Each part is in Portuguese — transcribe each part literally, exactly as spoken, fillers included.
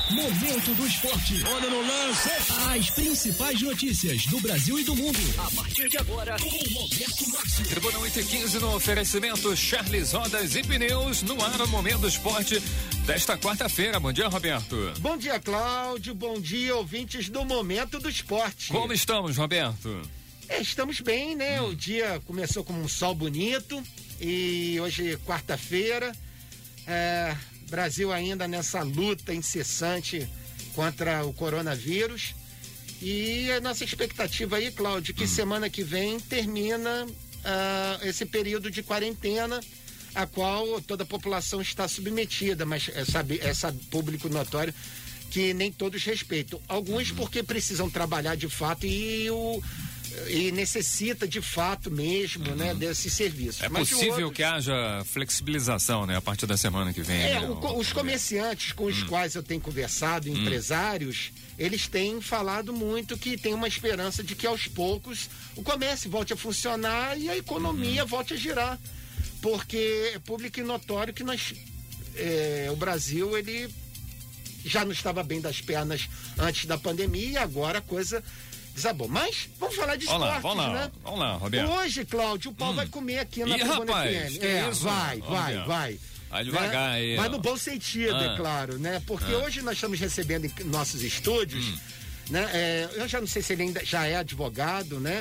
Momento do Esporte. Olha no lance. As principais notícias do Brasil e do mundo. A partir de agora, com Roberto Márcio. Tribuna oito e quinze no oferecimento Charles Rodas e Pneus no ar, o Momento do Esporte desta quarta-feira. Bom dia, Roberto. Bom dia, Cláudio. Bom dia, ouvintes do Momento do Esporte. Como estamos, Roberto? É, estamos bem, né? Hum. O dia começou com um sol bonito e hoje é quarta-feira. É, Brasil ainda nessa luta incessante contra o coronavírus. E a nossa expectativa aí, Cláudio, que hum. semana que vem termina uh, esse período de quarentena a qual toda a população está submetida, mas é, sabe, é sabe, público notório que nem todos respeitam. Alguns porque precisam trabalhar de fato e o e necessita de fato mesmo, uhum. né, desse serviço. É Mas possível outros, que haja flexibilização, né, a partir da semana que vem. É, né, o, os comerciantes com os hum. quais eu tenho conversado, empresários, hum. eles têm falado muito que tem uma esperança de que aos poucos o comércio volte a funcionar e a economia uhum. volte a girar. Porque é público e notório que nós, é, o Brasil, ele já não estava bem das pernas antes da pandemia e agora a coisa desabou. Mas vamos falar de vamos esportes, lá, vamos né? Lá, vamos lá, Roberto. Hoje, Cláudio, o pau hum. vai comer aqui na Ih, Tribuna rapaz, F M. que É, isso? vai, Vamos vai, ver. vai. Vai devagar né? aí. Mas ó. no bom sentido, ah. é claro, né? Porque ah. hoje nós estamos recebendo em nossos estúdios, hum. né? É, eu já não sei se ele ainda já é advogado, né?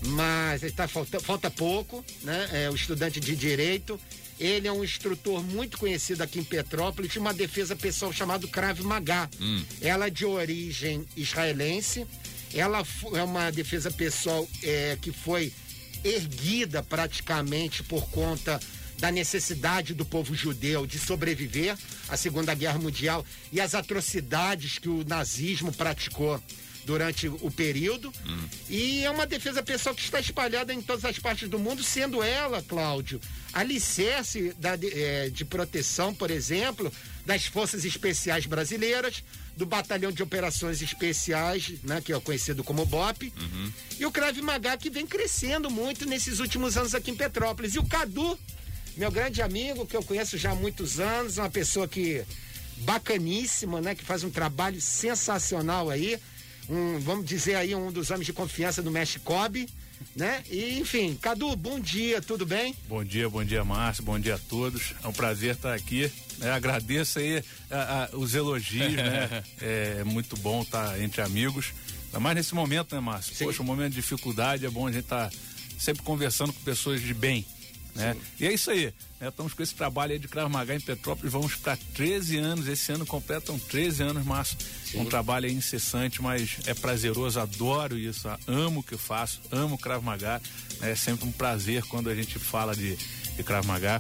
Mas ele tá, falta, falta pouco, né? É o estudante de Direito. Ele é um instrutor muito conhecido aqui em Petrópolis de uma defesa pessoal chamada Krav Maga. Hum. Ela é de origem israelense. Ela é uma defesa pessoal é, que foi erguida praticamente por conta da necessidade do povo judeu de sobreviver à Segunda Guerra Mundial e as atrocidades que o nazismo praticou durante o período. Hum. E é uma defesa pessoal que está espalhada em todas as partes do mundo, sendo ela, Cláudio, alicerce da, de, é, de proteção, por exemplo, das Forças Especiais Brasileiras, do Batalhão de Operações Especiais, né, que é conhecido como B O P, uhum. e o Krav Maga, que vem crescendo muito nesses últimos anos aqui em Petrópolis. E o Cadu, meu grande amigo, que eu conheço já há muitos anos, uma pessoa que bacaníssima, né, que faz um trabalho sensacional aí, um, vamos dizer aí, um dos homens de confiança do Mestre Kobe, né? E, enfim, Cadu, bom dia, tudo bem? Bom dia, bom dia, Márcio, bom dia a todos. É um prazer estar aqui. Né? Agradeço aí a, a, os elogios, né? É muito bom estar entre amigos. Ainda mais nesse momento, né, Márcio? Sim. Poxa, um momento de dificuldade, é bom a gente estar sempre conversando com pessoas de bem. Né? E é isso aí, né? Estamos com esse trabalho aí de Krav Maga em Petrópolis, vamos para treze anos, esse ano completam treze anos, Márcio. Um trabalho aí incessante, mas é prazeroso, adoro isso, amo o que eu faço, amo Krav Maga, né? É sempre um prazer quando a gente fala de, de Krav Maga.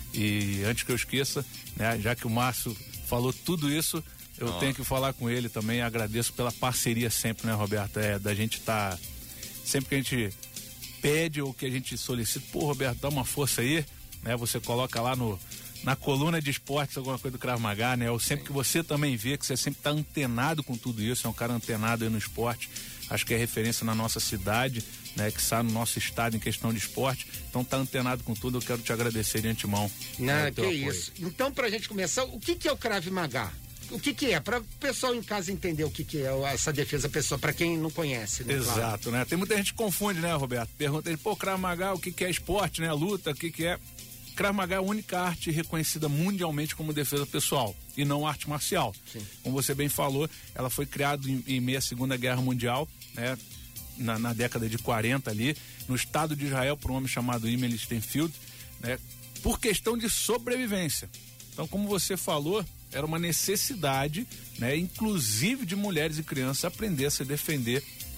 E antes que eu esqueça, né? Já que o Márcio falou tudo isso, eu oh. tenho que falar com ele também, agradeço pela parceria sempre, né, Roberto, é, da gente estar, tá, sempre que a gente pede ou que a gente solicita, pô, Roberto, dá uma força aí, né? Você coloca lá no, na coluna de esportes alguma coisa do Krav Maga, né? Ou sempre Sim. que você também vê, que você sempre tá antenado com tudo isso, é um cara antenado aí no esporte, acho que é referência na nossa cidade, né? Que está no nosso estado em questão de esporte, então tá antenado com tudo, eu quero te agradecer de antemão. Não, né, que isso. Então, pra gente começar, o que que é o Krav Maga? O que que é? Para o pessoal em casa entender o que que é essa defesa pessoal, para quem não conhece, né? Exato, claro. Né? Tem muita gente que confunde, né, Roberto? Pergunta, pô, Krav Maga, o que que é esporte, né? Luta, o que que é? Krav Maga é a única arte reconhecida mundialmente como defesa pessoal e não arte marcial. Sim. Como você bem falou, ela foi criada em, em meio à Segunda Guerra Mundial, né? Na, na década de quarenta ali, no estado de Israel, por um homem chamado Emil Stenfield, né? Por questão de sobrevivência. Então, como você falou, era uma necessidade, né, inclusive de mulheres e crianças aprender a se defender,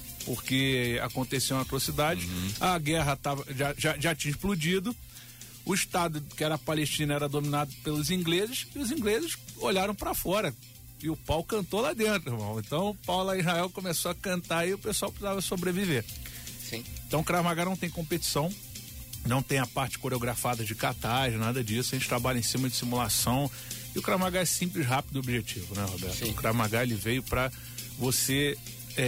porque aconteciam atrocidades, uhum. a guerra tava, já, já, já tinha explodido, o estado que era a Palestina era dominado pelos ingleses, e os ingleses olharam para fora, e o pau cantou lá dentro, irmão. Então o pau lá em Israel começou a cantar e o pessoal precisava sobreviver. Sim. Então o Krav Maga não tem competição, não tem a parte coreografada de catagem, nada disso, a gente trabalha em cima de simulação. E o Krav Maga é simples, rápido e objetivo, né, Roberto? Sim. O Krav Maga, ele veio para você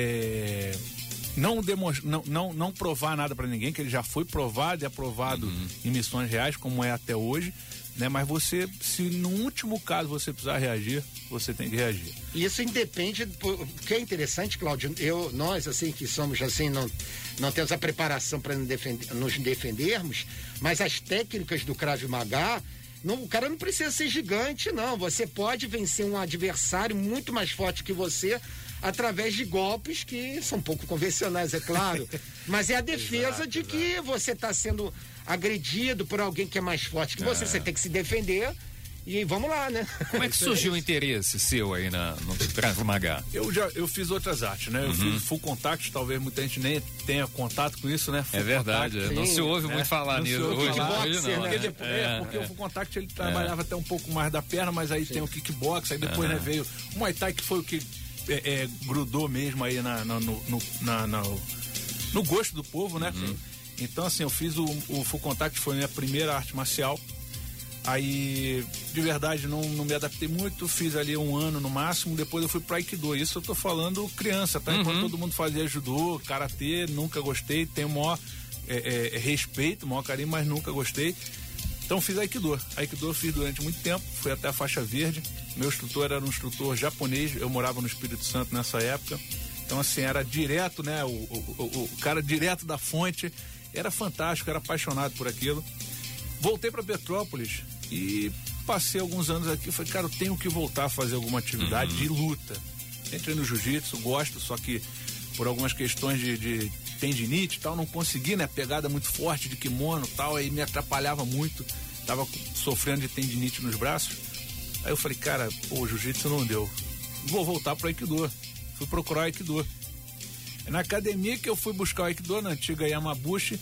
é, não, não, não, não provar nada para ninguém, que ele já foi provado e aprovado uhum. em missões reais, como é até hoje, né? Mas você, se no último caso você precisar reagir, você tem que reagir. Isso independe, o que é interessante, Cláudio, eu, nós assim que somos assim, não, não temos a preparação para nos, defender, nos defendermos, mas as técnicas do Krav Maga, não, o cara não precisa ser gigante, não. Você pode vencer um adversário muito mais forte que você através de golpes que são pouco convencionais, é claro. Mas é a defesa exato, de que exato. Você está sendo agredido por alguém que é mais forte que é. você. Você tem que se defender. E vamos lá, né? Como é que surgiu o interesse seu aí na, no Krav Maga? Eu já eu fiz outras artes, né? Eu uhum. fiz full contact, talvez muita gente nem tenha contato com isso, né? Full é verdade, contact, não sim, se ouve é, muito falar nisso hoje, falar, hoje não. Porque, depois, é, é, porque é. o full contact ele trabalhava é. até um pouco mais da perna, mas aí sim. tem o kickbox, aí depois uhum. né, veio o Muay Thai, que foi o que é, é, grudou mesmo aí na, na, no, no, na, na, no gosto do povo, né? Uhum. Então assim, eu fiz o, o full contact, foi a minha primeira arte marcial. Aí, de verdade, não, não me adaptei muito, fiz ali um ano no máximo, depois eu fui pro Aikido. Isso eu tô falando criança, tá? Uhum. Enquanto todo mundo fazia judô, karatê, nunca gostei, tenho o maior é, é, respeito, o maior carinho, mas nunca gostei. Então fiz Aikido. Aikido eu fiz durante muito tempo, fui até a faixa verde. Meu instrutor era um instrutor japonês, eu morava no Espírito Santo nessa época. Então assim, era direto, né? O, o, o, o cara direto da fonte, era fantástico, era apaixonado por aquilo. Voltei para Petrópolis e passei alguns anos aqui, falei, cara, eu tenho que voltar a fazer alguma atividade uhum. de luta. Entrei no jiu-jitsu, gosto, só que por algumas questões de, de tendinite e tal, não consegui, né? Pegada muito forte de kimono e tal, aí me atrapalhava muito, tava sofrendo de tendinite nos braços. Aí eu falei, cara, pô, o jiu-jitsu não deu. Vou voltar pro Aikido. Fui procurar o Aikido. Na academia que eu fui buscar o Aikido, na antiga Yamabushi,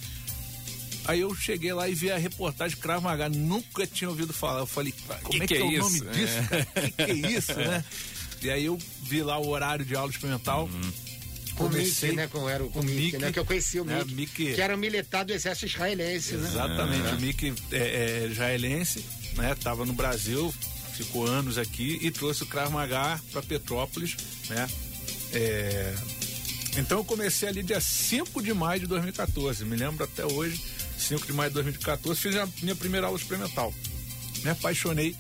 aí eu cheguei lá e vi a reportagem Krav Maga, nunca tinha ouvido falar. Eu falei, como que é que, que é, é o nome disso, cara? Que que é isso, né? E aí eu vi lá o horário de aula experimental. Uhum. Comecei, o Mickey, né? Como era o, o Mickey, Mickey, né? Que eu conheci o Mickey, é, Mickey, que era um militar do exército israelense, exatamente, né? Exatamente, o Mickey é, é israelense, né? Tava no Brasil, ficou anos aqui e trouxe o Krav Maga para Petrópolis, né? É... Então eu comecei ali dia cinco de maio de dois mil e quatorze, me lembro até hoje, cinco de maio de dois mil e quatorze, fiz a minha primeira aula experimental. Me apaixonei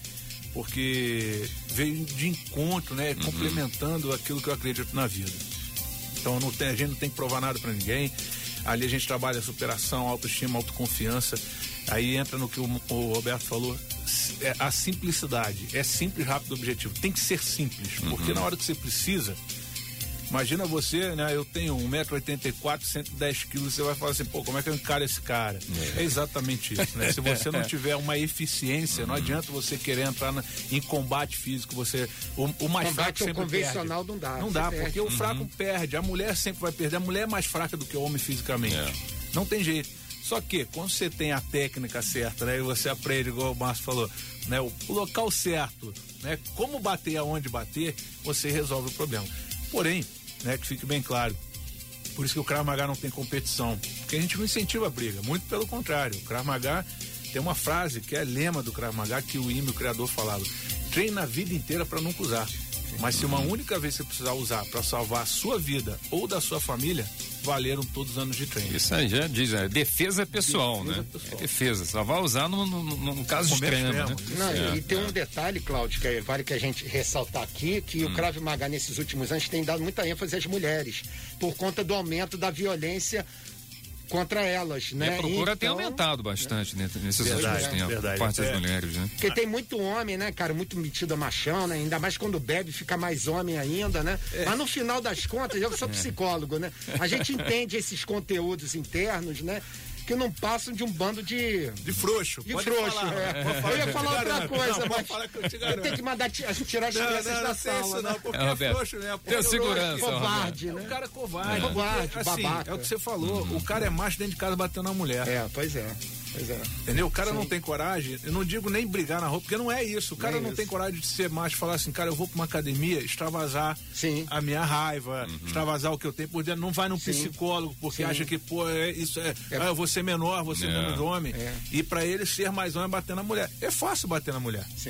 porque veio de encontro, né? Uhum. Complementando aquilo que eu acredito na vida. Então não tem, a gente não tem que provar nada para ninguém. Ali a gente trabalha superação, autoestima, autoconfiança. Aí entra no que o, o Roberto falou, é a simplicidade. É simples, rápido, objetivo. Tem que ser simples, uhum. porque na hora que você precisa, imagina você, né? Eu tenho um metro e oitenta e quatro, cento e dez quilos, você vai falar assim, pô, como é que eu encaro esse cara? É, é exatamente isso, né? Se você não tiver uma eficiência, uhum. não adianta você querer entrar na, em combate físico, você, o, o mais combate fraco sempre convencional perde. não dá. Não dá, perde. porque uhum. o fraco perde, a mulher sempre vai perder, a mulher é mais fraca do que o homem fisicamente. É. Não tem jeito. Só que, quando você tem a técnica certa, né? E você aprende, igual o Márcio falou, né? O, o local certo, né? Como bater, aonde bater, você resolve o problema. Porém, né, que fique bem claro, por isso que o Krav Maga não tem competição, porque a gente não incentiva a briga, muito pelo contrário. O Krav Maga tem uma frase que é lema do Krav Maga, que o Ime, o criador, falava: treina a vida inteira para nunca usar, mas se uma única vez você precisar usar para salvar a sua vida ou da sua família, valeram todos os anos de treino. Isso aí já diz, é defesa pessoal, defesa né? Pessoal. É defesa, só vai usar no, no, no, no caso extremo, extremo, né? Não, é, e tem é. um detalhe, Cláudio, que vale que a gente ressaltar aqui, que hum. o Krav Maga nesses últimos anos tem dado muita ênfase às mulheres, por conta do aumento da violência contra elas, né? E a procura então, tem aumentado bastante, né? Nesses verdade, últimos tempos, verdade, por parte das é. mulheres, né? Porque tem muito homem, né, cara, muito metido a machão, né? Ainda mais quando bebe, fica mais homem ainda, né? É. Mas no final das contas, eu sou psicólogo, né? A gente entende esses conteúdos internos, né? Que não passam de um bando de... De frouxo. De frouxo, é. Eu ia falar outra coisa, não, mas falar que eu, te eu tenho que mandar t- tirar as não, crianças não, da não sala. Isso, né? não, porque é, é frouxo, né? Tem segurança. Covarde, né? É um cara covarde. É. Covarde, porque, assim, babaca. É o que você falou, uhum. o cara é macho dentro de casa batendo na mulher. É, pois é. Pois é. Entendeu? O cara Sim. não tem coragem, eu não digo nem brigar na rua, porque não é isso. O cara não, é não tem coragem de ser macho, falar assim, cara, eu vou pra uma academia, extravasar Sim. a minha raiva, uhum. extravasar o que eu tenho por dentro. Não vai num Sim. psicólogo, porque Sim. acha que, pô, é, isso é, é. Ah, eu vou ser menor, vou ser é. menos homem. É. E pra ele ser mais homem é bater na mulher. É fácil bater na mulher. Sim.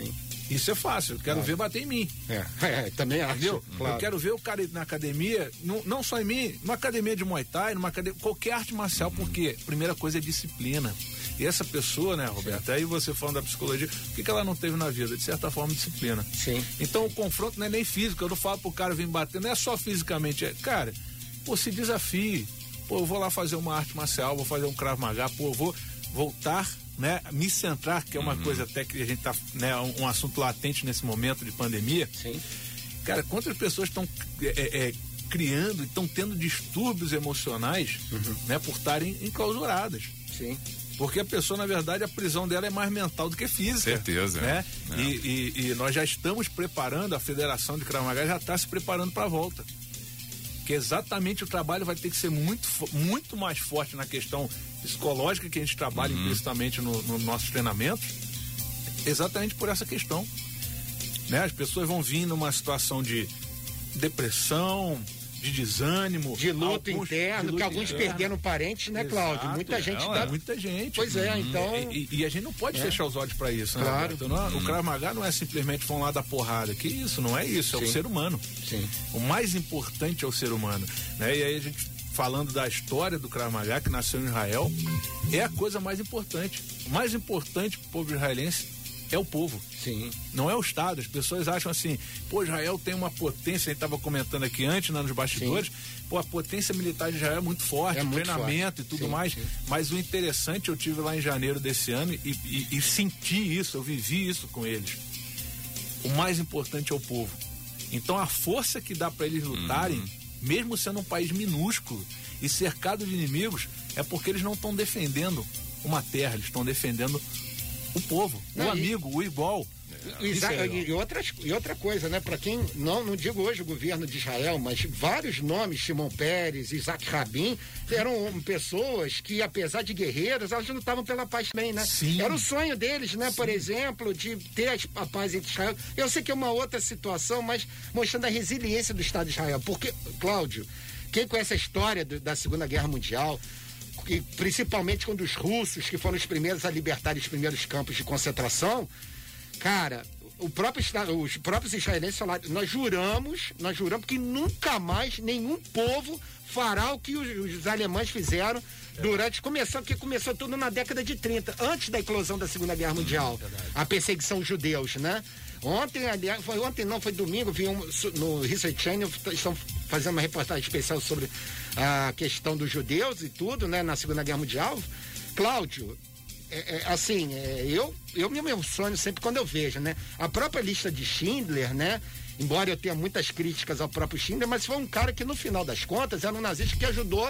Isso é fácil, eu quero ah. ver bater em mim. É, é também acho. Entendeu? Claro. Eu quero ver o cara ir na academia, não, não só em mim, numa academia de Muay Thai, numa academia, qualquer arte marcial, uhum. porque primeira coisa é disciplina. E essa pessoa, né, Roberto, Sim. aí você falando da psicologia, o que, que ela não teve na vida? De certa forma, disciplina. Sim. Então o confronto não é nem físico, eu não falo pro cara vir bater, não é só fisicamente, é, cara, pô, se desafie, pô, eu vou lá fazer uma arte marcial, vou fazer um Krav Maga, pô, eu vou voltar, né, me centrar, que é uma uhum. coisa até que a gente tá, né, um, um assunto latente nesse momento de pandemia. Sim. Cara, quantas pessoas estão é, é, criando e estão tendo distúrbios emocionais, uhum. né, por estarem enclausuradas. Sim. Porque a pessoa, na verdade, a prisão dela é mais mental do que física. Certeza. Né? É. E, e, e nós já estamos preparando, a Federação de Krav Maga já está se preparando para a volta. Que exatamente o trabalho vai ter que ser muito, muito mais forte na questão psicológica que a gente trabalha uhum. implicitamente no, no nossos treinamentos, exatamente por essa questão. Né? As pessoas vão vir numa situação de depressão, de desânimo, de luto alguns, interno, de luto que alguns interno. perderam parentes, né, Cláudio? Muita gente não, dá... é muita gente. Pois é, hum, então... E, e a gente não pode é. fechar os olhos para isso, né? Claro. Não, hum. O Krav Maga não é simplesmente vão lá dar porrada, que isso, não é isso, é Sim. o ser humano. Sim. O mais importante é o ser humano, né? E aí a gente falando da história do Krav Maga, que nasceu em Israel, é a coisa mais importante. O mais importante pro povo israelense é o povo. Sim. Não é o Estado. As pessoas acham assim, pô, Israel tem uma potência, a gente estava comentando aqui antes, né, nos bastidores, Sim. pô, a potência militar de Israel é muito forte, é muito treinamento forte. E tudo sim, mais, sim. Mas o interessante, eu tive lá em janeiro desse ano e, e, e senti isso, eu vivi isso com eles. O mais importante é o povo. Então a força que dá para eles lutarem, uhum. mesmo sendo um país minúsculo e cercado de inimigos, é porque eles não estão defendendo uma terra, eles estão defendendo o povo, não, o amigo, e, o igual. E, é e, outras, e outra coisa, né? Para quem, não, não digo hoje o governo de Israel, mas vários nomes, Shimon Peres, Isaac Rabin, eram pessoas que, apesar de guerreiros, elas lutavam pela paz também, né? Sim. Era o sonho deles, né? Sim. Por exemplo, de ter a paz entre Israel. Eu sei que é uma outra situação, mas mostrando a resiliência do Estado de Israel. Porque, Cláudio, quem conhece a história do, da Segunda Guerra Mundial, e principalmente quando os russos, que foram os primeiros a libertar os primeiros campos de concentração, cara, o próprio, os próprios israelenses falaram, nós juramos, nós juramos que nunca mais nenhum povo fará o que os, os alemães fizeram é. durante, começou, que começou tudo na década de trinta, antes da eclosão da Segunda Guerra Mundial, hum, a perseguição aos judeus, né? Ontem, aliás, foi ontem não, foi domingo, vi um, no History Channel, estão fazendo uma reportagem especial sobre a questão dos judeus e tudo, né, na Segunda Guerra Mundial. Cláudio, é, é, assim, é, eu, eu me emociono sempre quando eu vejo, né, a própria lista de Schindler, né, embora eu tenha muitas críticas ao próprio Schindler, mas foi um cara que no final das contas era um nazista que ajudou,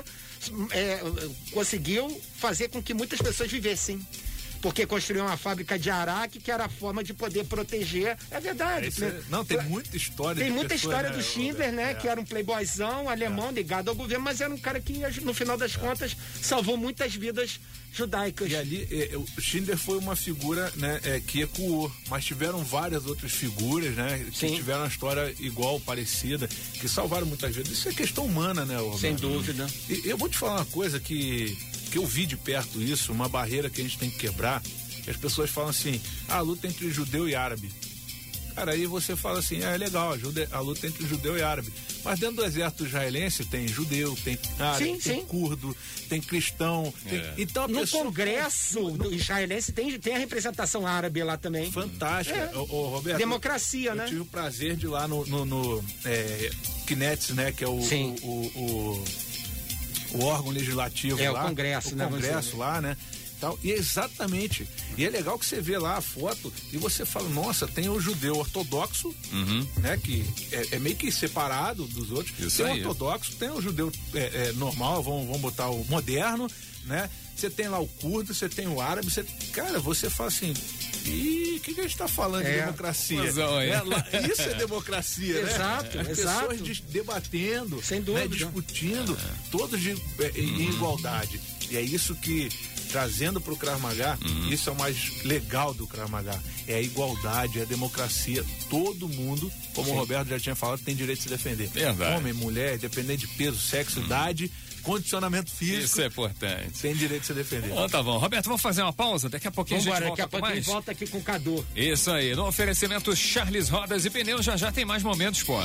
é, conseguiu fazer com que muitas pessoas vivessem. Porque construiu uma fábrica de araque que era a forma de poder proteger. É verdade. É, é, não, tem muita história. Tem muita pessoa, história né, do Schindler, né? É. Que era um playboyzão alemão é. ligado ao governo, mas era um cara que, no final das é. contas, salvou muitas vidas judaicas. E ali, é, o Schindler foi uma figura, né, é, que ecoou, mas tiveram várias outras figuras, né? Que Sim. tiveram uma história igual, parecida, que salvaram muitas vidas. Isso é questão humana, né, Roberto? Sem dúvida. E eu vou te falar uma coisa que. que eu vi de perto isso, uma barreira que a gente tem que quebrar, que as pessoas falam assim, ah, a luta entre judeu e árabe. Cara, aí você fala assim, ah, é legal, a, jude, a luta entre judeu e árabe. Mas dentro do exército israelense tem judeu, tem árabe, sim, tem sim. curdo, tem cristão. É. Tem, então no pessoa, Congresso no, do israelense tem, tem a representação árabe lá também. Fantástica. É. Ô, ô, Roberto, democracia, eu, né? Eu tive o prazer de ir lá no, no, no é, Knesset, né, que é o, o, o, o, o órgão legislativo é, lá. É o Congresso, o né? Congresso lá, né? Tal, e exatamente, e é legal que você vê lá a foto e você fala, nossa, tem o judeu ortodoxo, uhum. né, que é, é meio que separado dos outros. Isso tem aí. o ortodoxo, tem o judeu é, é, normal, vamos, vamos botar o moderno, né? Você tem lá o curdo, você tem o árabe, você, cara, você fala assim, e o que, que a gente está falando é, de democracia? Razão, é. É, isso é democracia, né? Exato, As exato. pessoas de, debatendo, sem dúvida, né, discutindo, é. todos de, é, em igualdade. E é isso que trazendo para o Krav Maga, uhum. isso é o mais legal do Krav Maga, é a igualdade, é a democracia, todo mundo, como Sim. o Roberto já tinha falado, tem direito de se defender. Verdade. Homem, mulher, independente de peso, sexo, uhum. idade, condicionamento físico. Isso é importante. Tem direito de se defender. Então tá bom. Roberto, vamos fazer uma pausa? Daqui a pouquinho Vambora, a gente volta daqui a pouquinho mais. volta aqui com o Cadu. Isso aí. No oferecimento Charles Rodas e Pneus, já já tem mais momentos, pô.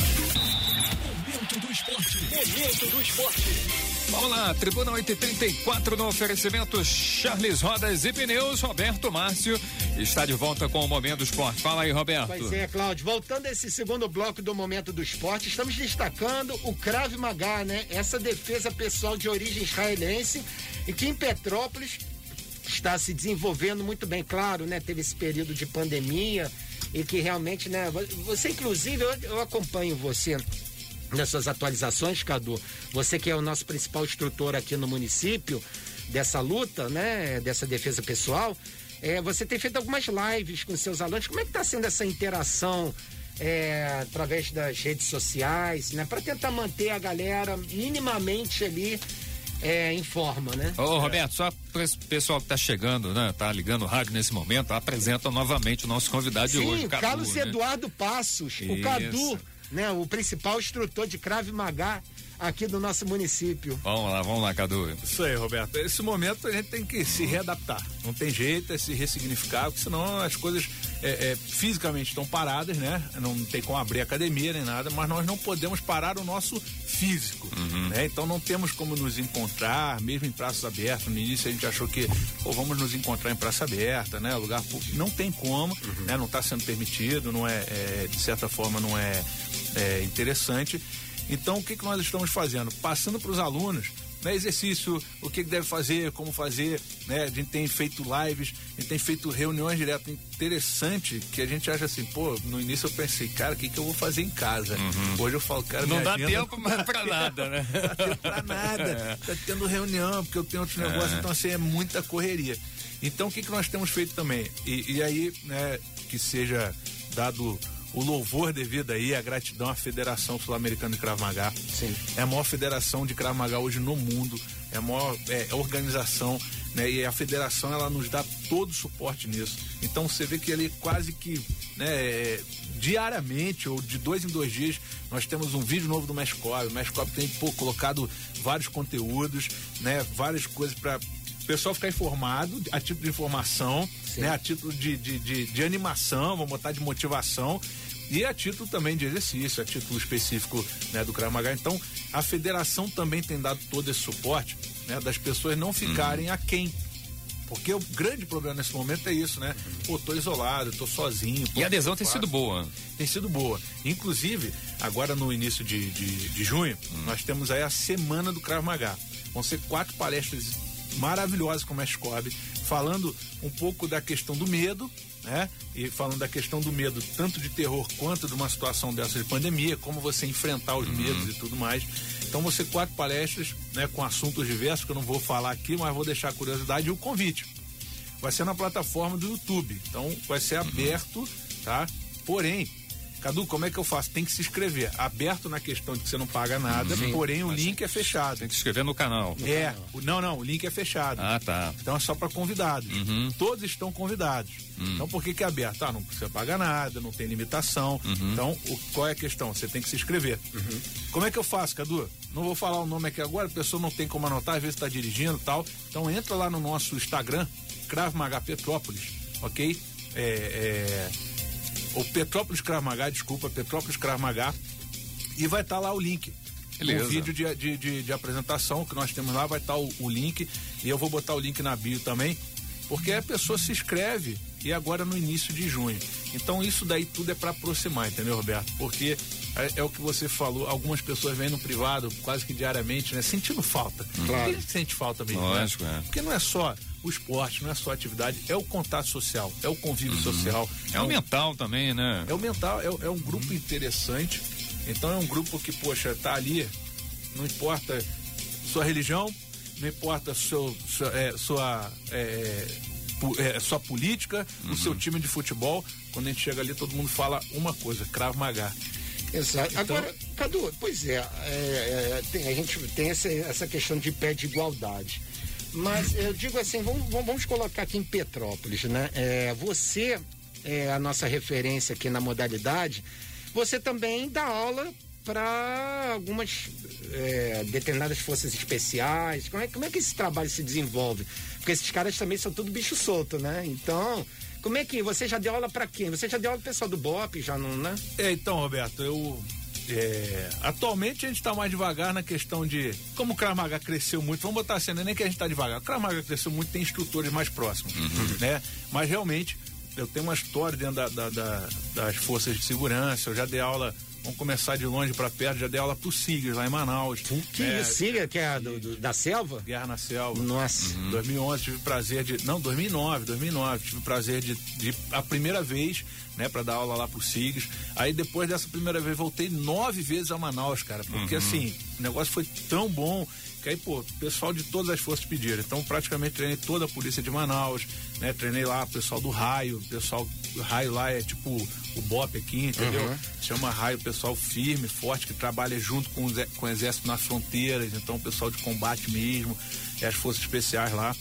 Momento do esporte. Momento do esporte. Vamos lá, Tribuna oito e trinta e quatro no oferecimento Charles Rodas e Pneus. Roberto Márcio está de volta com o Momento do Esporte. Fala aí, Roberto. Pois é, Cláudio. Voltando a esse segundo bloco do Momento do Esporte, estamos destacando o Krav Maga, né? Essa defesa pessoal de origem israelense e que em Petrópolis está se desenvolvendo muito bem. Claro, né? Teve esse período de pandemia e que realmente, né? Você, inclusive, eu, eu acompanho você nessas atualizações, Cadu, você que é o nosso principal instrutor aqui no município dessa luta, né, dessa defesa pessoal, é, você tem feito algumas lives com seus alunos. Como é que está sendo essa interação é, através das redes sociais, né, para tentar manter a galera minimamente ali é, em forma, né? Ô, Roberto, só para esse pessoal que está chegando, né, tá ligando o rádio nesse momento, apresenta novamente o nosso convidado Sim, de hoje, o Cadu, Carlos né? Eduardo Passos, Isso. o Cadu, né, o principal instrutor de Krav Maga aqui do nosso município. Vamos lá, vamos lá, Cadu. Isso aí, Roberto. Nesse momento a gente tem que se readaptar. Não tem jeito, é se ressignificar, porque senão as coisas é, é, fisicamente estão paradas, né? Não tem como abrir academia nem nada, mas nós não podemos parar o nosso físico, uhum. né? Então não temos como nos encontrar, mesmo em praças abertas. No início a gente achou que, pô, vamos nos encontrar em praça aberta, né? Lugar público. Não tem como, uhum. né? Não está sendo permitido, não é, é, de certa forma não é, é interessante. Então, o que, que nós estamos fazendo? Passando para os alunos, né, exercício, o que, que deve fazer, como fazer, né? A gente tem feito lives, a gente tem feito reuniões direto. Interessante que a gente acha assim, pô, no início eu pensei, cara, o que, que eu vou fazer em casa? Uhum. Hoje eu falo, cara, não dá agenda, tempo mais pra nada, né? Não dá tempo pra nada. É. Tá tendo reunião, porque eu tenho outros é. negócios, então assim, é muita correria. Então, o que, que nós temos feito também? E, e aí, né, que seja dado o louvor devido aí, a gratidão à Federação Sul-Americana de Krav Maga. Sim. É a maior federação de Krav Maga hoje no mundo, é a maior é, organização, né? E a federação, ela nos dá todo o suporte nisso. Então você vê que ele quase que, né, é, diariamente ou de dois em dois dias nós temos um vídeo novo do Mescob. O Mescob tem, pô, colocado vários conteúdos, né, várias coisas para o pessoal ficar informado, a título de informação, né, a título de, de, de, de animação, vamos botar de motivação, e a título também de exercício, a título específico, né, do Krav Maga. Então, a federação também tem dado todo esse suporte, né, das pessoas não ficarem uhum. aquém. Porque o grande problema nesse momento é isso, né? Pô, tô isolado, tô sozinho. Pô, e a adesão tem sido boa. Tem sido boa. Inclusive, agora no início de, de, de junho, uhum. nós temos aí a Semana do Krav Maga. Vão ser quatro palestras maravilhosas com o Mescob, falando um pouco da questão do medo, né? E falando da questão do medo, tanto de terror quanto de uma situação dessa de pandemia, como você enfrentar os uhum. medos e tudo mais. Então vão ser quatro palestras, né, com assuntos diversos, que eu não vou falar aqui, mas vou deixar a curiosidade e o convite. Vai ser na plataforma do YouTube, então vai ser aberto, uhum. tá? Porém, Cadu, como é que eu faço? Tem que se inscrever. Aberto na questão de que você não paga nada, uhum. porém o link é fechado. Tem que se inscrever no canal. No é, canal. O, não, não, o link é fechado. Ah, tá. Então é só para convidados. Uhum. Todos estão convidados. Uhum. Então por que que é aberto? Ah, não precisa pagar nada, não tem limitação. Uhum. Então, o, qual é a questão? Você tem que se inscrever. Uhum. Como é que eu faço, Cadu? Não vou falar o nome aqui agora, a pessoa não tem como anotar, às vezes está dirigindo e tal. Então entra lá no nosso Instagram, Krav Maga Petrópolis, ok? É... é... o Petrópolis Krav Maga, desculpa, Petrópolis Krav Maga, e vai estar tá lá o link. Beleza. O vídeo de, de, de, de apresentação que nós temos lá, vai estar tá o, o link, e eu vou botar o link na bio também, porque a pessoa se inscreve, e agora no início de junho. Então isso daí tudo é para aproximar, entendeu, Roberto? Porque é, é o que você falou, algumas pessoas vêm no privado quase que diariamente, né? Sentindo falta. Claro. Quem sente falta mesmo? Lógico, né? é. Porque não é só o esporte, não é só a atividade, é o contato social, é o convívio uhum. social. É o mental também, né? É o mental, é, é um grupo uhum. interessante. Então é um grupo que, poxa, tá ali, não importa sua religião, não importa seu, sua, é, sua, é, é, sua política, uhum. o seu time de futebol. Quando a gente chega ali, todo mundo fala uma coisa, Krav Maga. Exato. Então, agora, Cadu, pois é, é, é tem, a gente tem essa, essa questão de pé de igualdade. Mas eu digo assim, vamos, vamos colocar aqui em Petrópolis, né? É, você é a nossa referência aqui na modalidade, você também dá aula para algumas é, determinadas forças especiais. Como é, como é que esse trabalho se desenvolve? Porque esses caras também são tudo bicho solto, né? Então, como é que você já deu aula para quem? Você já deu aula pro pessoal do B O P, já não, né? É, então, Roberto, eu é, atualmente a gente está mais devagar na questão de como o Krav Maga cresceu muito, vamos botar assim, não é nem que a gente está devagar, o Krav Maga cresceu muito, tem instrutores mais próximos, uhum. né? Mas realmente eu tenho uma história dentro da, da, da, das forças de segurança, eu já dei aula, vamos começar de longe para perto, já dei aula pro SIGAS lá em Manaus. Que é, isso, SIGAS, que é a do, do, da selva? Guerra na Selva. Nossa. Uhum. dois mil e onze tive prazer de, não, dois mil e nove, dois mil e nove, tive prazer de, de a primeira vez, né, para dar aula lá pro SIGAS. Aí depois dessa primeira vez voltei nove vezes a Manaus, cara, porque uhum. assim, o negócio foi tão bom que aí, pô, o pessoal de todas as forças pediram. Então, praticamente treinei toda a polícia de Manaus, né? Treinei lá o pessoal do Raio, o pessoal do Raio lá é tipo o B O P aqui, entendeu? Uhum. Chama Raio, pessoal firme, forte, que trabalha junto com o, com o exército nas fronteiras, então o pessoal de combate mesmo, é as forças especiais lá.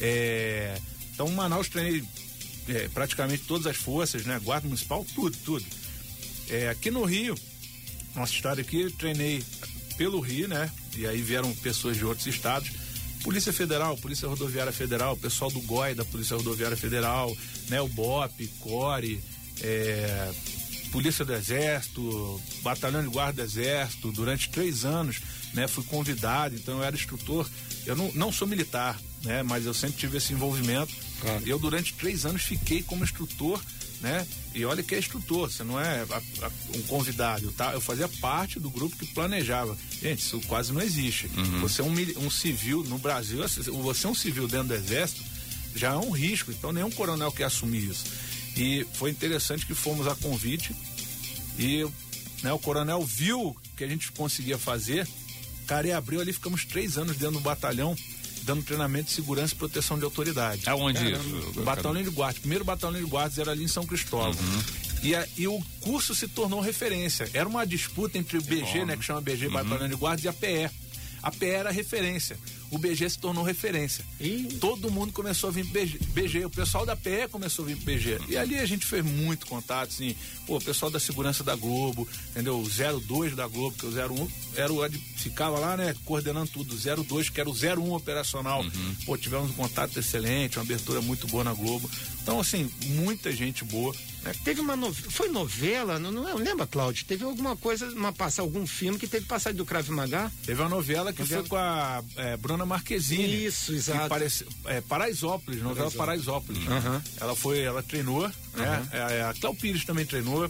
É, então, Manaus treinei é, praticamente todas as forças, né? Guarda Municipal, tudo, tudo. É, aqui no Rio, nossa história aqui, eu treinei pelo Rio, né? E aí vieram pessoas de outros estados, Polícia Federal, Polícia Rodoviária Federal, o pessoal do G O I da Polícia Rodoviária Federal, né? O B O P, CORE, é, Polícia do Exército, Batalhão de Guarda do Exército, durante três anos, né? Fui convidado, então eu era instrutor, eu não, não sou militar, né? Mas eu sempre tive esse envolvimento, claro. Eu durante três anos fiquei como instrutor, né? E olha que é instrutor, você não é a, a, um convidado, tá? Eu fazia parte do grupo que planejava. Gente, isso quase não existe. Uhum. Você é um, um civil no Brasil, você é um civil dentro do exército, já é um risco, então nenhum coronel quer assumir isso. E foi interessante que fomos a convite e, né, o coronel viu que a gente conseguia fazer, cara, e abriu ali, ficamos três anos dentro do batalhão, dando treinamento de segurança e proteção de autoridade. Aonde isso? O batalhão de guardas. Primeiro batalhão de guardas era ali em São Cristóvão. Uhum. E, a, e o curso se tornou referência. Era uma disputa entre o B G, né, que chama B G, uhum. Batalhão de Guardas, e a P E. A P E era referência. O B G se tornou referência. E todo mundo começou a vir pro B G. O pessoal da P E começou a vir pro B G. E ali a gente fez muito contato, assim, pô, o pessoal da segurança da Globo, entendeu? O zero dois da Globo, que o zero um era o, ficava lá, né, coordenando tudo. O zero dois, que era o zero um operacional. Uhum. Pô, tivemos um contato excelente, uma abertura muito boa na Globo. Então, assim, muita gente boa. Né? Teve uma novela, foi novela, não, não lembra, Cláudio? Teve alguma coisa, uma passa, algum filme que teve passagem do Krav Maga? Teve uma novela que novela. foi com a é, Bruna Marquezine. Isso, exato. Parece, é, Paraisópolis, novela Paraisópolis. Uhum. Ela foi, ela treinou, uhum. né? É, a Cléo Pires também treinou.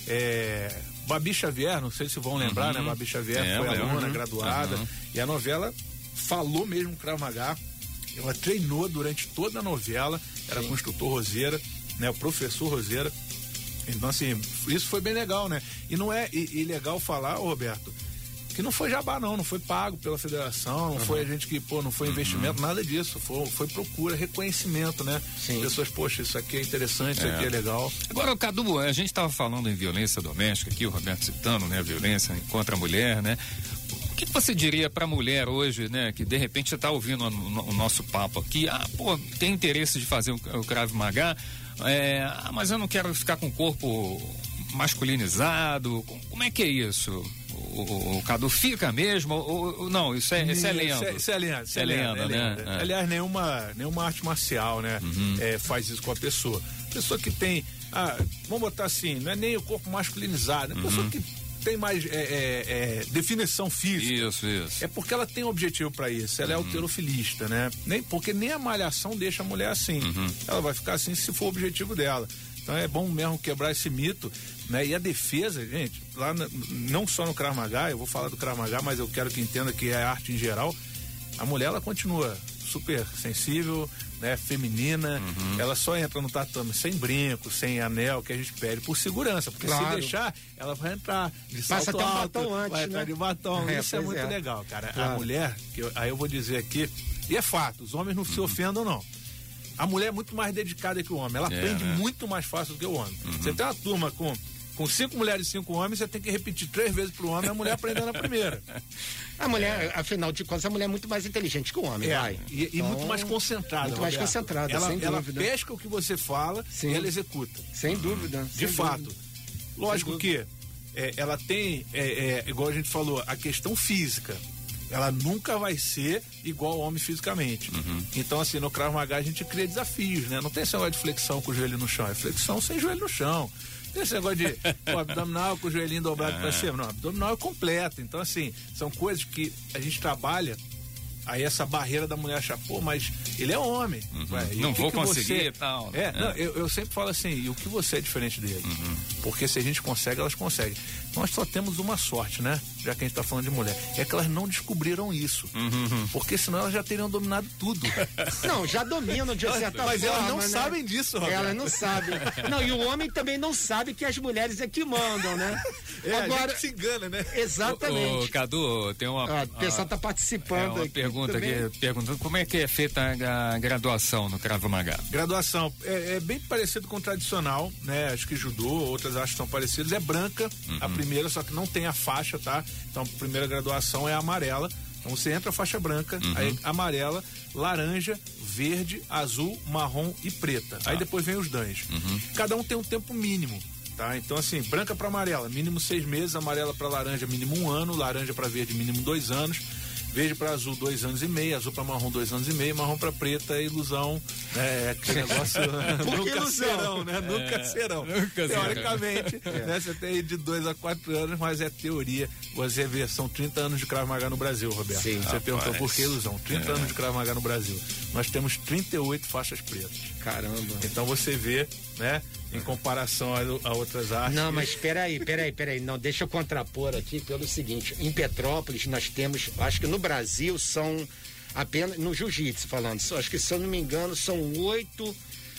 É, Babi Xavier, não sei se vão lembrar, uhum. né? Babi Xavier é, foi aluna, uhum. graduada. Uhum. E a novela falou mesmo Krav Maga. Ela treinou durante toda a novela, era Sim. com o instrutor Roseira, né? O professor Roseira. Então, assim, isso foi bem legal, né? E não é, e, e legal falar, ô, Roberto, que não foi jabá, não, não foi pago pela federação, não uhum. foi a gente que, pô, não foi investimento, uhum. nada disso, foi, foi procura, reconhecimento, né? Sim. Pessoas, poxa, isso aqui é interessante, isso é. aqui é legal. Agora, Cadu, a gente estava falando em violência doméstica aqui, o Roberto citando, né, a violência contra a mulher, né? O que, que você diria para a mulher hoje, né, que de repente você está ouvindo o, o, o nosso papo aqui, ah, pô, tem interesse de fazer o, o Krav Maga, é, ah, mas eu não quero ficar com o corpo masculinizado, como é que é isso? O, o, o Cadu fica mesmo? Ou, ou, não, isso é, isso é lenda. Isso é, isso é lenda, isso é lenda, é lenda, né? É. Aliás, nenhuma, nenhuma arte marcial, né, uhum. é, faz isso com a pessoa. Pessoa que tem, ah, vamos botar assim, não é nem o corpo masculinizado, é uhum. pessoa que tem mais é, é, é, definição física. Isso, isso. É porque ela tem um objetivo para isso. Ela uhum. é halterofilista, né? Nem, porque nem a malhação deixa a mulher assim. Uhum. Ela vai ficar assim se for o objetivo dela. Então é bom mesmo quebrar esse mito, né? E a defesa, gente, lá na, não só no Krav Maga, eu vou falar do Krav Maga, mas eu quero que entenda que é arte em geral. A mulher, ela continua super sensível, né, feminina, uhum. ela só entra no tatame sem brinco, sem anel, que a gente pede por segurança, porque claro. se deixar, ela vai entrar de Passa salto até um alto, batom antes, vai né? entrar de batom, é, isso é muito é. legal, cara. Claro. A mulher, que eu, aí eu vou dizer aqui, e é fato, os homens não uhum. se ofendam não. A mulher é muito mais dedicada que o homem, ela é, aprende é. muito mais fácil do que o homem. Uhum. Você tem uma turma com Com cinco mulheres e cinco homens, você tem que repetir três vezes pro homem, a mulher aprendendo a primeira. A mulher, afinal de contas, a mulher é muito mais inteligente que o homem, É, vai. E, e Então, muito mais concentrada. Muito mais Roberto. concentrada, ela, sem ela dúvida. pesca o que você fala Sim. e ela executa. Sem dúvida. De sem fato. dúvida. Lógico que é, ela tem, é, é, igual a gente falou, a questão física. Ela nunca vai ser igual ao homem fisicamente. Uhum. Então, assim, no Krav Maga a gente cria desafios, né? Não tem esse negócio de flexão com o joelho no chão, é flexão sem joelho no chão. Tem esse negócio de pô, abdominal com o joelhinho dobrado pra cima. Não, abdominal é completo. Então, assim, são coisas que a gente trabalha. Aí essa barreira da mulher achar, pô, mas ele é homem. Uhum. Ué, e Não o que vou que conseguir você... e tal. É, É. Não, eu, eu sempre falo assim, e o que você é diferente dele? Uhum. Porque se a gente consegue, elas conseguem. Nós só temos uma sorte, né? Já que a gente tá falando de mulher. É que elas não descobriram isso. Uhum. Porque senão elas já teriam dominado tudo. Não, já dominam de certa Mas forma. elas não né? sabem disso, Roberto. Elas não sabem. Não, e o homem também não sabe que as mulheres é que mandam, né? É, a Agora, gente se engana, né? exatamente. Ô, Cadu, tem uma. Ó, o pessoal tá é participando uma aqui pergunta também. aqui, perguntando como é que é feita a graduação no Krav Maga. Graduação é, é bem parecido com o tradicional, né? Acho que judô, outras acho que são parecidas. É branca, Uhum. a primeira, só que não tem a faixa, tá? Então, a primeira graduação é amarela. Então, você entra a faixa branca, Uhum. aí amarela, laranja, verde, azul, marrom e preta. Aí depois vem os dães. Uhum. Cada um tem um tempo mínimo. Tá? Então, assim, branca para amarela, mínimo seis meses, amarela para laranja, mínimo um ano, laranja para verde, mínimo dois anos, verde para azul, dois anos e meio, azul para marrom, dois anos e meio, marrom para preta, é ilusão, é aquele negócio nunca ilusão? serão, né? Nunca serão. nunca serão. Teoricamente, né? Você tem de dois a quatro anos, mas é teoria. Você vê, são trinta anos de Krav Maga no Brasil, Roberto. Sim, Você rapaz. perguntou por que ilusão? trinta anos de Krav Maga no Brasil. Nós temos trinta e oito faixas pretas. Caramba. Então você vê, né? Em comparação a, a outras artes. Não, mas peraí, peraí, peraí. Não, deixa eu contrapor aqui pelo seguinte. Em Petrópolis nós temos, acho que no Brasil são apenas, no jiu-jitsu falando, só, acho que se eu não me engano são oito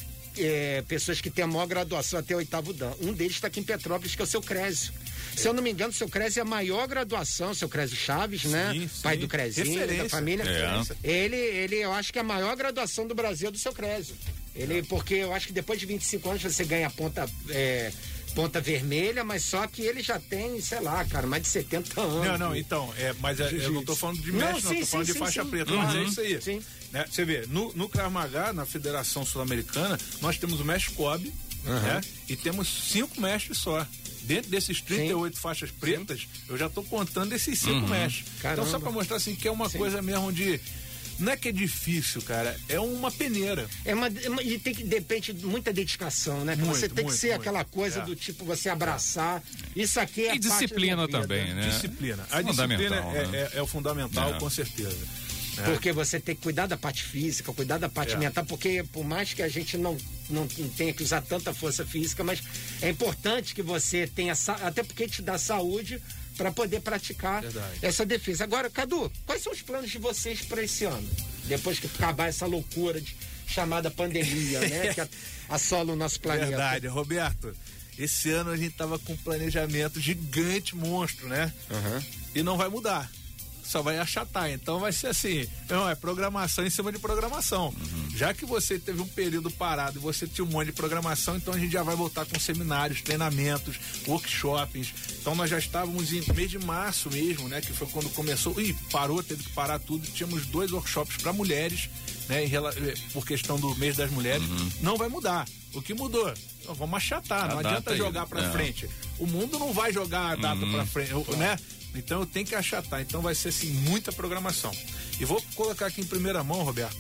é, pessoas que têm a maior graduação até o oitavo dan. Um deles está aqui em Petrópolis, que é o seu Crésio. Se eu não me engano, o seu Crésio é a maior graduação, o seu Crésio Chaves, né? Sim, Pai sim. do Crezinho, da Referência. família. É. Ele, ele, eu acho que é a maior graduação do Brasil é do seu Crésio. Ele, porque eu acho que depois de vinte e cinco anos você ganha a ponta, é, ponta vermelha, mas só que ele já tem, sei lá, cara, mais de setenta anos. Não, não, então, é, mas é, eu não tô falando de Não, mestre, não, sim, tô falando sim, de faixa sim, preta, sim. mas é Uhum. isso aí. Sim. Né? Você vê, no, no Krav Maga, na Federação Sul-Americana, nós temos o mestre Kobe, né? E temos cinco mestres só. Dentro desses trinta e oito Sim. faixas pretas, eu já tô contando esses cinco Uhum. mestres. Caramba. Então, só pra mostrar assim que é uma Sim. coisa mesmo de. Não é que é difícil, cara, é uma peneira. É uma, é uma- e tem que, depende de muita dedicação, né? Que Muito, você tem muito, que ser muito. aquela coisa É. do tipo, você abraçar. Isso aqui é E a parte da disciplina minha vida. também, né? Disciplina. A Fundamental, disciplina é, né? é- é o fundamental, É. com certeza. né? Porque você tem que cuidar da parte física, cuidar da parte É. mental, porque por mais que a gente não, não, não tenha que usar tanta força física, mas é importante que você tenha, sa- até porque te dá saúde para poder praticar Verdade. essa defesa. Agora, Cadu, quais são os planos de vocês para esse ano? Depois que acabar essa loucura de, chamada pandemia, né? Que a- assola o nosso planeta. Verdade, Roberto. Esse ano a gente tava com um planejamento gigante, monstro, né? Aham. E não vai mudar. Só vai achatar. Então vai ser assim, não, é programação em cima de programação. Já que você teve um período parado e você tinha um monte de programação, então a gente já vai voltar com seminários, treinamentos, workshops. Então nós já estávamos em mês de março mesmo, né? Que foi quando começou. Ih, parou, teve que parar tudo. Tínhamos dois workshops para mulheres, né? Em rela- por questão do mês das mulheres. Não vai mudar. O que mudou? Então, vamos achatar. A Não data adianta aí. jogar para É. frente. O mundo não vai jogar a data para frente, né? Então eu tenho que achatar. Então vai ser assim, muita programação. E vou colocar aqui em primeira mão, Roberto.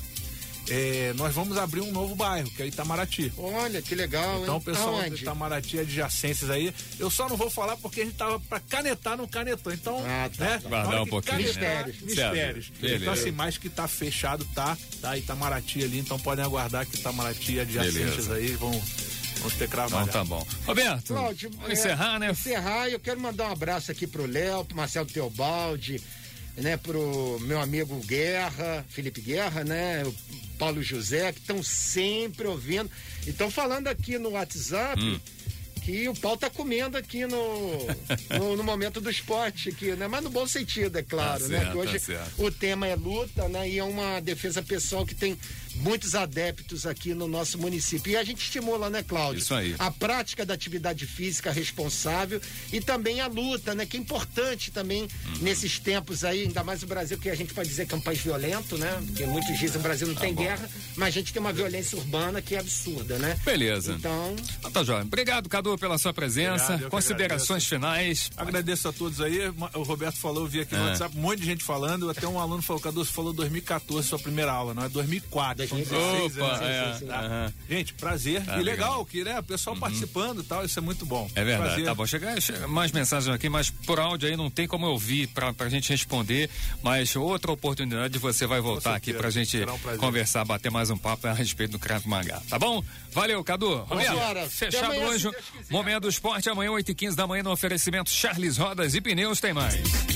é, nós vamos abrir um novo bairro, que é Itamaraty. Olha, que legal, Então hein? o pessoal de Aonde? Itamaraty, adjacências aí, eu só não vou falar porque a gente tava pra canetar, não canetou. Então, Ah, tá, né? tá. Guardar na hora um que pouquinho, canetar, Mistérios. Mistérios. Beleza. Então assim, mais que tá fechado, tá, tá Itamaraty ali, então podem aguardar que Itamaraty e adjacências Beleza. aí vão, vão ter Krav Então Maga. tá bom. Roberto, Cláudio, vamos é, encerrar, né? Encerrar, eu quero mandar um abraço aqui pro Léo, pro Marcelo Teobaldi, né, pro meu amigo Guerra, Felipe Guerra, né, o Paulo José, que estão sempre ouvindo. E estão falando aqui no WhatsApp Hum. que o pau tá comendo aqui no, no, no momento do esporte, aqui, né? Mas no bom sentido, é claro, Tá né? certo, Que hoje tá certo. o tema é luta, né? E é uma defesa pessoal que tem muitos adeptos aqui no nosso município. E a gente estimula, né, Cláudio? Isso aí. A prática da atividade física responsável e também a luta, né? Que é importante também uhum. nesses tempos aí, ainda mais o Brasil, que a gente pode dizer que é um país violento, né? Porque muitos dizem que o Brasil não tá tem bom. guerra, mas a gente tem uma violência urbana que é absurda, né? Beleza. Então... Ah, tá, João. Obrigado, Cadu, pela sua presença. Obrigado, considerações finais. Agradeço a todos aí. O Roberto falou, eu vi aqui no é. WhatsApp, um monte de gente falando. Até um aluno falou, Cadu, você falou dois mil e quatorze, sua primeira aula, não é dois mil e quatro. dois mil e dezesseis Opa, anos. é. Sim, sim, sim. Tá? Uhum. Gente, prazer. Tá e legal, legal. que né, o pessoal uhum. participando e tal, isso é muito bom. É verdade. Prazer. Tá bom. Chega, chega mais mensagens aqui, mas por áudio aí não tem como eu ouvir pra, pra gente responder. Mas outra oportunidade você vai voltar aqui pra gente um conversar, bater mais um papo a respeito do Krav Maga. Tá bom? Valeu, Cadu. Roberto, fechado amanhã, hoje. Momento do Esporte, amanhã, oito e quinze da manhã, no oferecimento Charles Rodas e Pneus tem mais.